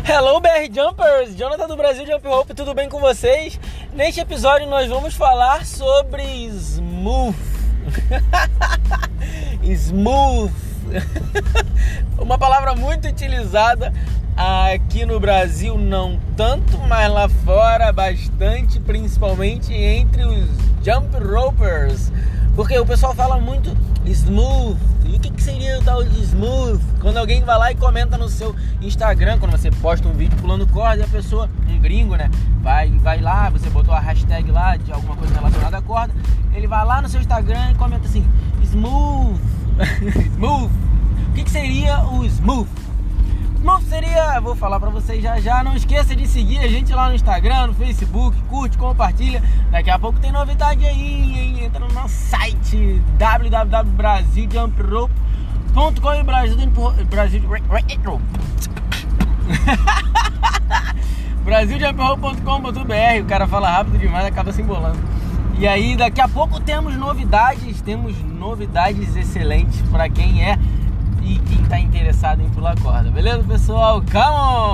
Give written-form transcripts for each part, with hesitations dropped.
Hello BR Jumpers, Jonathan do Brasil Jump Rope, tudo bem com vocês? Neste episódio nós vamos falar sobre smooth. Smooth. Uma palavra muito utilizada aqui no Brasil, não tanto, mas lá fora bastante, principalmente entre os jump ropers. Porque o pessoal fala muito smooth. E o que seria o tal de smooth? Quando alguém vai lá e comenta no seu Instagram, quando você posta um vídeo pulando corda e a pessoa, um gringo, né, vai lá, você botou a hashtag lá de alguma coisa relacionada à corda, ele vai lá no seu Instagram e comenta assim, smooth. Smooth. O que seria o smooth? Smooth seria, vou falar pra vocês já, não esqueça de seguir a gente lá no Instagram, no Facebook, curte, compartilha. Daqui a pouco tem novidade aí, hein? Entra no nosso site www.brasiljumprope.com e brasiljumprope.com.br. O cara fala rápido demais, acaba se embolando. E aí, daqui a pouco temos novidades excelentes para quem é e quem está interessado em pular corda. Beleza, pessoal? Come on!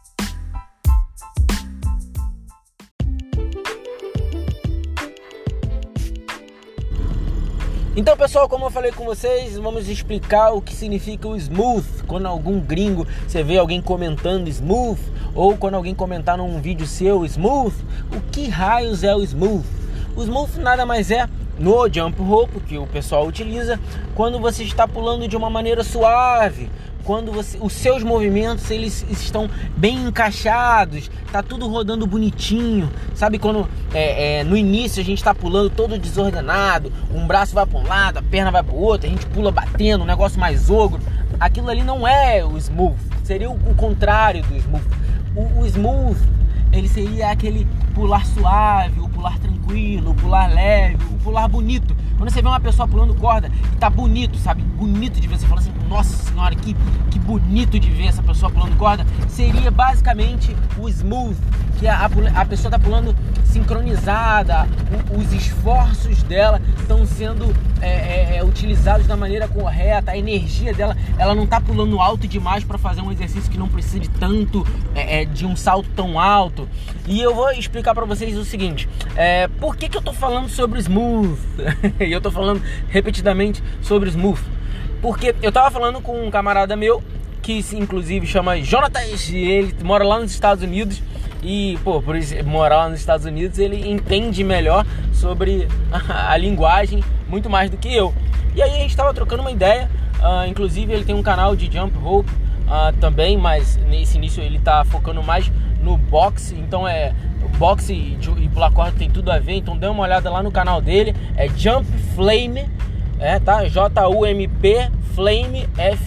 Então, pessoal, como eu falei com vocês, vamos explicar o que significa o smooth. Quando algum gringo, você vê alguém comentando smooth, ou quando alguém comentar num vídeo seu smooth, o que raios é o smooth? O smooth nada mais é, no jump rope, que o pessoal utiliza, quando você está pulando de uma maneira suave, quando os seus movimentos eles estão bem encaixados, tá tudo rodando bonitinho, sabe quando no início a gente está pulando todo desordenado, um braço vai para um lado, a perna vai para o outro, a gente pula batendo, um negócio mais ogro, aquilo ali não é o smooth, seria o contrário do smooth. O smooth, ele seria aquele pular suave, o pular tranquilo, o pular leve, o pular bonito. Quando você vê uma pessoa pulando corda e tá bonito, sabe? Bonito de ver, você fala assim, nossa senhora, que bonito de ver essa pessoa pulando corda. Seria basicamente o smooth, que a pessoa tá pulando sincronizada, os esforços dela estão sendo utilizados da maneira correta, a energia dela, ela não tá pulando alto demais para fazer um exercício que não precisa de tanto, de um salto tão alto. E eu vou explicar para vocês o seguinte, por que eu tô falando sobre smooth? E eu tô falando repetidamente sobre smooth, porque eu tava falando com um camarada meu, que inclusive chama Jonathan, e ele mora lá nos Estados Unidos, e por isso, morar lá nos Estados Unidos, ele entende melhor sobre a linguagem, muito mais do que eu. E aí a gente tava trocando uma ideia, inclusive ele tem um canal de jump rope também, mas nesse início ele tá focando mais no boxe, então boxe e pular corda tem tudo a ver, então dê uma olhada lá no canal dele, é Jump Flame, tá? J-U-M-P Flame,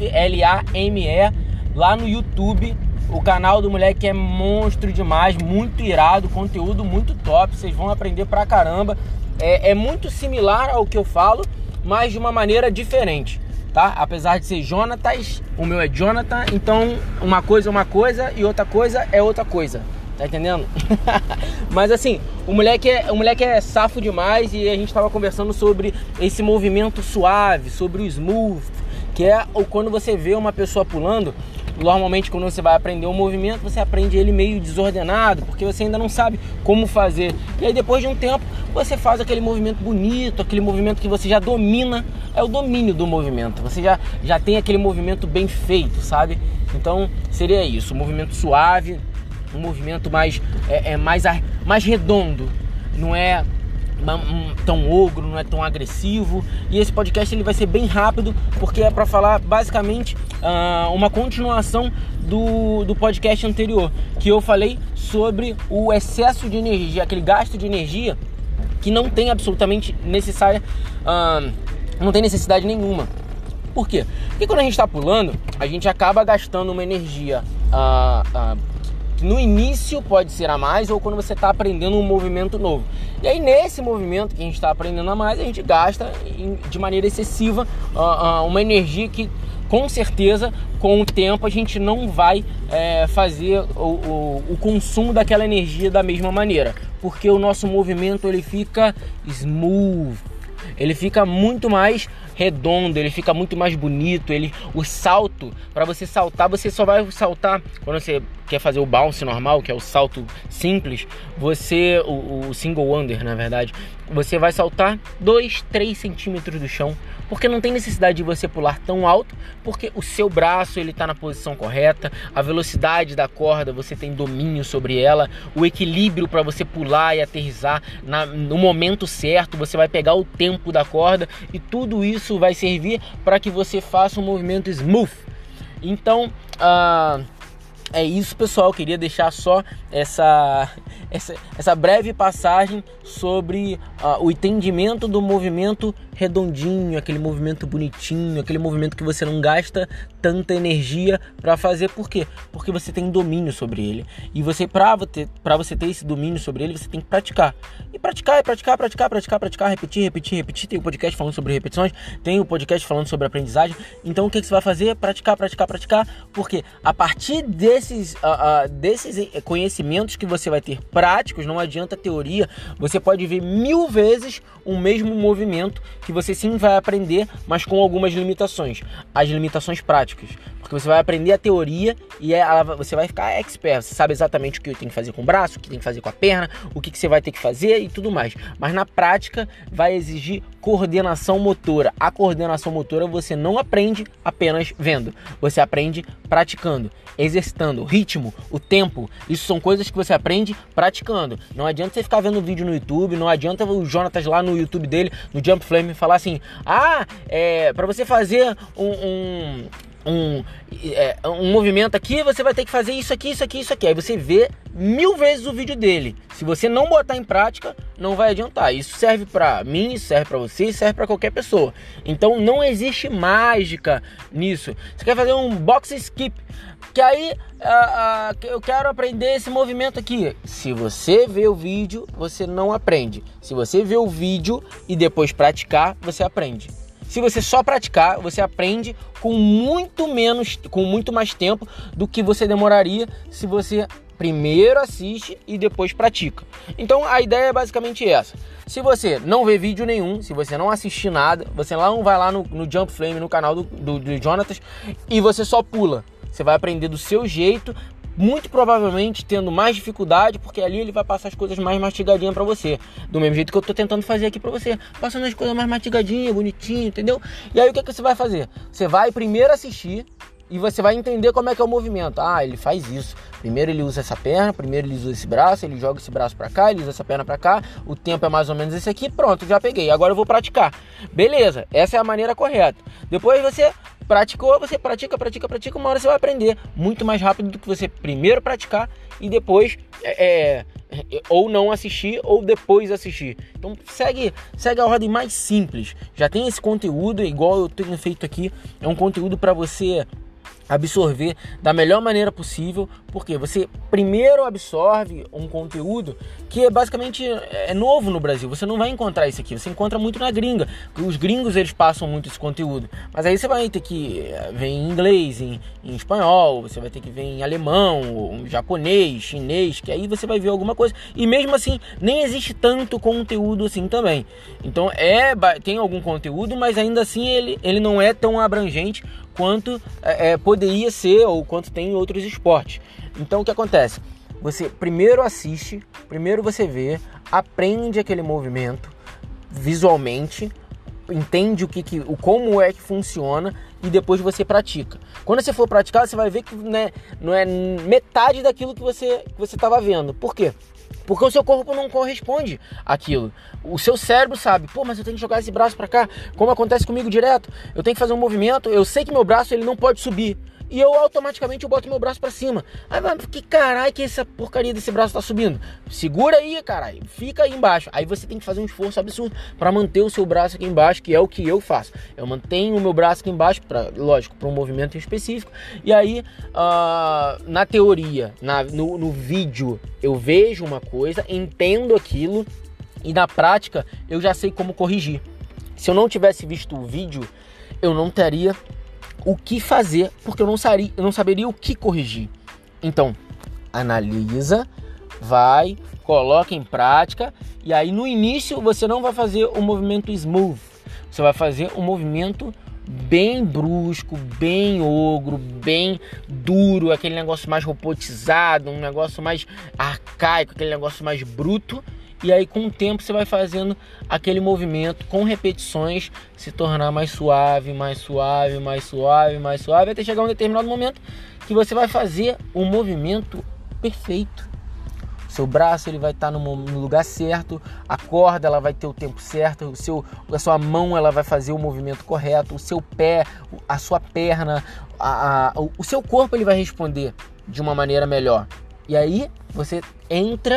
F-L-A-M-E, lá no YouTube. O canal do moleque é monstro demais, muito irado, conteúdo muito top, vocês vão aprender pra caramba. É muito similar ao que eu falo, mas de uma maneira diferente, tá? Apesar de ser Jonatas, o meu é Jonathan, então uma coisa é uma coisa e outra coisa é outra coisa. Tá entendendo? Mas assim, o moleque é safo demais e a gente tava conversando sobre esse movimento suave, sobre o smooth, que é quando você vê uma pessoa pulando. Normalmente quando você vai aprender um movimento, você aprende ele meio desordenado, porque você ainda não sabe como fazer. E aí depois de um tempo, você faz aquele movimento bonito, aquele movimento que você já domina, é o domínio do movimento. Você já tem aquele movimento bem feito, sabe? Então seria isso, um movimento suave, um movimento mais redondo, não é tão ogro, não é tão agressivo. E esse podcast ele vai ser bem rápido, porque é para falar basicamente uma continuação do podcast anterior, que eu falei sobre o excesso de energia, aquele gasto de energia que não tem absolutamente não tem necessidade nenhuma. Por quê? Porque quando a gente está pulando, a gente acaba gastando uma energia que no início pode ser a mais, ou quando você está aprendendo um movimento novo. E aí nesse movimento que a gente está aprendendo a mais, a gente gasta de maneira excessiva uma energia que com certeza com o tempo a gente não vai fazer o consumo daquela energia da mesma maneira, porque o nosso movimento ele fica smooth, ele fica muito mais redondo, ele fica muito mais bonito. O salto, para você saltar, você só vai saltar quando você quer fazer o bounce normal, que é o salto simples, o single under, na verdade, você vai saltar 2, 3 centímetros do chão, porque não tem necessidade de você pular tão alto, porque o seu braço ele está na posição correta, a velocidade da corda você tem domínio sobre ela, o equilíbrio para você pular e aterrissar no momento certo, você vai pegar o tempo da corda e tudo isso vai servir para que você faça um movimento smooth. Então, é isso, pessoal. Eu queria deixar só essa breve passagem sobre o entendimento do movimento redondinho, aquele movimento bonitinho, aquele movimento que você não gasta tanta energia para fazer. Por quê? Porque você tem domínio sobre ele. E você, para você ter esse domínio sobre ele, você tem que praticar. E praticar, repetir. Tem um podcast falando sobre repetições, tem um podcast falando sobre aprendizagem. Então o que você vai fazer? Praticar. Porque a partir desses conhecimentos que você vai ter práticos, não adianta teoria, você pode ver 1000 vezes o mesmo movimento que você sim vai aprender, mas com algumas limitações. As limitações práticas. Porque você vai aprender a teoria e você vai ficar expert. Você sabe exatamente o que tem que fazer com o braço, o que tem que fazer com a perna, o que você vai ter que fazer e tudo mais. Mas na prática vai exigir coordenação motora. A coordenação motora você não aprende apenas vendo. Você aprende praticando, exercitando. O ritmo, o tempo, isso são coisas que você aprende praticando. Não adianta você ficar vendo vídeo no YouTube, não adianta o Jonatas lá no YouTube dele, no Jump Flame, falar assim: para você fazer um movimento aqui, você vai ter que fazer isso aqui. Aí você vê 1000 vezes o vídeo dele. Se você não botar em prática, não vai adiantar. Isso serve pra mim, isso serve pra você, isso serve pra qualquer pessoa. Então não existe mágica nisso. Você quer fazer um box skip, que aí eu quero aprender esse movimento aqui. Se você vê o vídeo, você não aprende. Se você vê o vídeo e depois praticar, você aprende. Se você só praticar, você aprende com muito mais tempo do que você demoraria se você primeiro assiste e depois pratica. Então a ideia é basicamente essa. Se você não vê vídeo nenhum, se você não assistir nada, você não vai lá no Jump Flame, no canal do Jonatas, e você só pula. Você vai aprender do seu jeito, muito provavelmente tendo mais dificuldade, porque ali ele vai passar as coisas mais mastigadinhas pra você, do mesmo jeito que eu tô tentando fazer aqui pra você, passando as coisas mais mastigadinhas, bonitinho, entendeu? E aí o que você vai fazer? Você vai primeiro assistir e você vai entender como é que é o movimento. Ele faz isso. Primeiro ele usa essa perna, primeiro ele usa esse braço, ele joga esse braço pra cá, ele usa essa perna pra cá, o tempo é mais ou menos esse aqui, pronto, já peguei, agora eu vou praticar. Beleza, essa é a maneira correta. Depois você praticou, você pratica, uma hora você vai aprender muito mais rápido do que você primeiro praticar e depois ou não assistir ou depois assistir. Então segue a ordem mais simples. Já tem esse conteúdo, igual eu tenho feito aqui, é um conteúdo para você absorver da melhor maneira possível, porque você primeiro absorve um conteúdo que basicamente é novo no Brasil. Você não vai encontrar isso aqui, você encontra muito na gringa. Os gringos, eles passam muito esse conteúdo, mas aí você vai ter que ver em inglês, em espanhol, você vai ter que ver em alemão, em japonês, chinês, que aí você vai ver alguma coisa, e mesmo assim nem existe tanto conteúdo assim também. Então tem algum conteúdo, mas ainda assim ele não é tão abrangente quanto poderia ser ou quanto tem em outros esportes. Então o que acontece? Você primeiro assiste, primeiro você vê, aprende aquele movimento visualmente, entende como é que funciona e depois você pratica. Quando você for praticar, você vai ver que não é metade daquilo que você estava vendo. Por quê? Porque o seu corpo não corresponde àquilo. O seu cérebro sabe, mas eu tenho que jogar esse braço pra cá, como acontece comigo direto. Eu tenho que fazer um movimento, eu sei que meu braço ele não pode subir. E eu automaticamente boto meu braço pra cima. Mas que caralho que essa porcaria desse braço tá subindo? Segura aí, caralho. Fica aí embaixo. Aí você tem que fazer um esforço absurdo pra manter o seu braço aqui embaixo, que é o que eu faço. Eu mantenho o meu braço aqui embaixo, lógico, para um movimento em específico. E aí, na teoria, no vídeo, eu vejo uma coisa, entendo aquilo, e na prática, eu já sei como corrigir. Se eu não tivesse visto o vídeo, eu não teria o que fazer, porque eu não saberia o que corrigir. Então, analisa, coloca em prática, e aí no início você não vai fazer o movimento smooth, você vai fazer um movimento bem brusco, bem ogro, bem duro, aquele negócio mais robotizado, um negócio mais arcaico, aquele negócio mais bruto. E aí com o tempo você vai fazendo aquele movimento com repetições se tornar mais suave, mais suave, mais suave, mais suave, até chegar um determinado momento que você vai fazer um movimento perfeito. Seu braço ele vai estar no lugar certo, a corda ela vai ter o tempo certo, a sua mão ela vai fazer o movimento correto, o seu pé, a sua perna, o seu corpo ele vai responder de uma maneira melhor. E aí você entra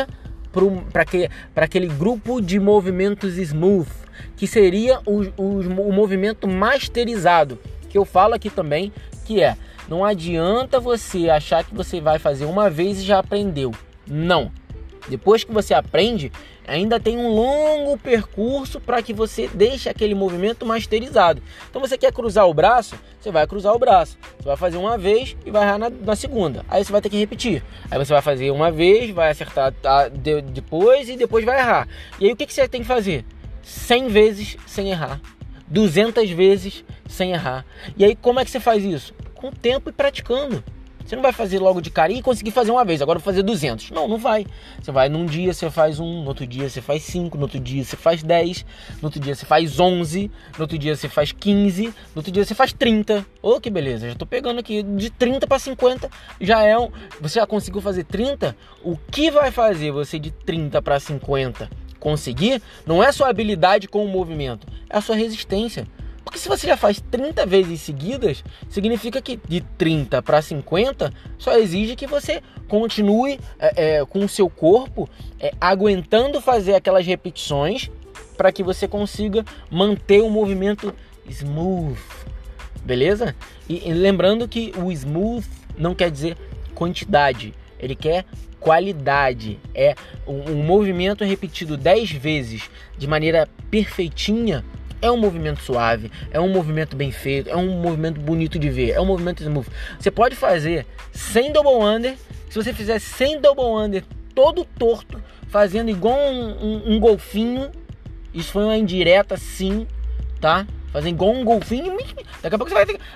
para aquele grupo de movimentos smooth, que seria o movimento masterizado, que eu falo aqui também, que não adianta você achar que você vai fazer uma vez e já aprendeu. Não. Depois que você aprende, ainda tem um longo percurso para que você deixe aquele movimento masterizado. Então você quer cruzar o braço, você vai cruzar o braço. Você vai fazer uma vez e vai errar na segunda. Aí você vai ter que repetir. Aí você vai fazer uma vez, vai acertar depois e depois vai errar. E aí o que você tem que fazer? 100 vezes sem errar. 200 vezes sem errar. E aí como é que você faz isso? Com o tempo e praticando. Você não vai fazer logo de cara e conseguir fazer uma vez, agora vou fazer 200. Não vai. Você vai num dia, você faz 1, no outro dia você faz 5, no outro dia você faz 10, no outro dia você faz 11, no outro dia você faz 15, no outro dia você faz 30. Oh, que beleza, já tô pegando aqui de 30 para 50, você já conseguiu fazer 30? O que vai fazer você de 30 para 50 conseguir não é sua habilidade com o movimento, é a sua resistência. Porque se você já faz 30 vezes seguidas, significa que de 30 para 50 só exige que você continue com o seu corpo aguentando fazer aquelas repetições para que você consiga manter o movimento smooth, beleza? E lembrando que o smooth não quer dizer quantidade, ele quer qualidade. É um movimento repetido 10 vezes de maneira perfeitinha. É um movimento suave, é um movimento bem feito, é um movimento bonito de ver, é um movimento smooth. Você pode fazer 100 double under, se você fizer 100 double under todo torto, fazendo igual um golfinho, isso foi uma indireta sim, tá? Fazendo igual um golfinho, daqui a pouco você vai ficar...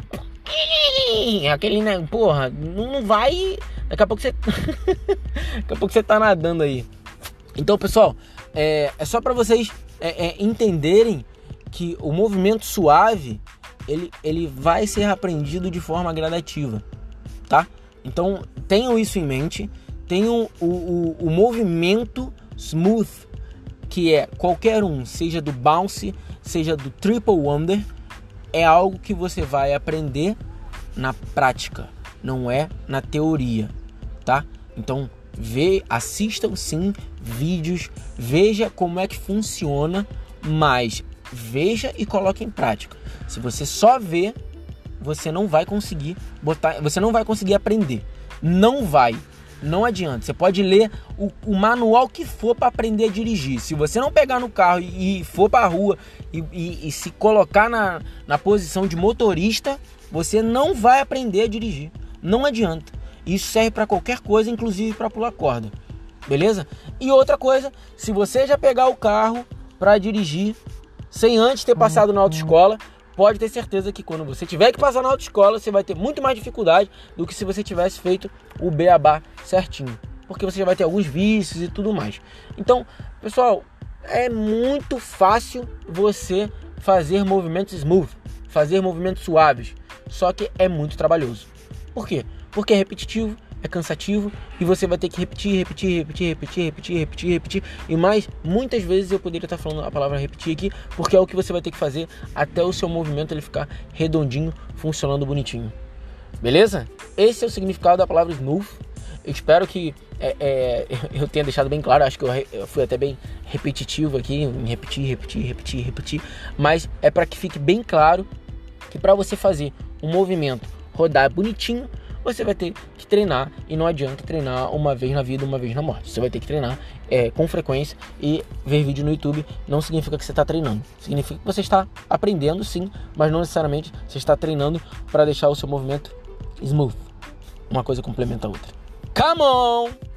Aquele, né, porra, não vai... Daqui a pouco você... daqui a pouco você tá nadando aí. Então, pessoal, é só pra vocês entenderem que o movimento suave, ele vai ser aprendido de forma gradativa, tá? Então, tenham isso em mente, tenham o movimento smooth, que é qualquer um, seja do bounce, seja do triple under, é algo que você vai aprender na prática, não é na teoria, tá? Então, assistam sim vídeos, veja como é que funciona, mas veja e coloque em prática. Se você só vê, você não vai conseguir você não vai conseguir aprender. Não adianta. Você pode ler o manual que for para aprender a dirigir. Se você não pegar no carro e for para a rua e se colocar na posição de motorista, você não vai aprender a dirigir. Não adianta. Isso serve para qualquer coisa, inclusive para pular corda. Beleza? E outra coisa, se você já pegar o carro para dirigir sem antes ter passado na autoescola, pode ter certeza que quando você tiver que passar na autoescola, você vai ter muito mais dificuldade do que se você tivesse feito o beabá certinho. Porque você já vai ter alguns vícios e tudo mais. Então, pessoal, é muito fácil você fazer movimentos smooth, fazer movimentos suaves. Só que é muito trabalhoso. Por quê? Porque é repetitivo, é cansativo e você vai ter que repetir. E mais, muitas vezes eu poderia estar falando a palavra repetir aqui, porque é o que você vai ter que fazer até o seu movimento ele ficar redondinho, funcionando bonitinho. Beleza? Esse é o significado da palavra smooth. Eu espero que eu tenha deixado bem claro. Acho que eu fui até bem repetitivo aqui, em repetir. Mas é para que fique bem claro que para você fazer um movimento rodar bonitinho, você vai ter que treinar, e não adianta treinar uma vez na vida, uma vez na morte. Você vai ter que treinar com frequência, e ver vídeo no YouTube não significa que você está treinando. Significa que você está aprendendo sim, mas não necessariamente você está treinando para deixar o seu movimento smooth. Uma coisa complementa a outra. Come on!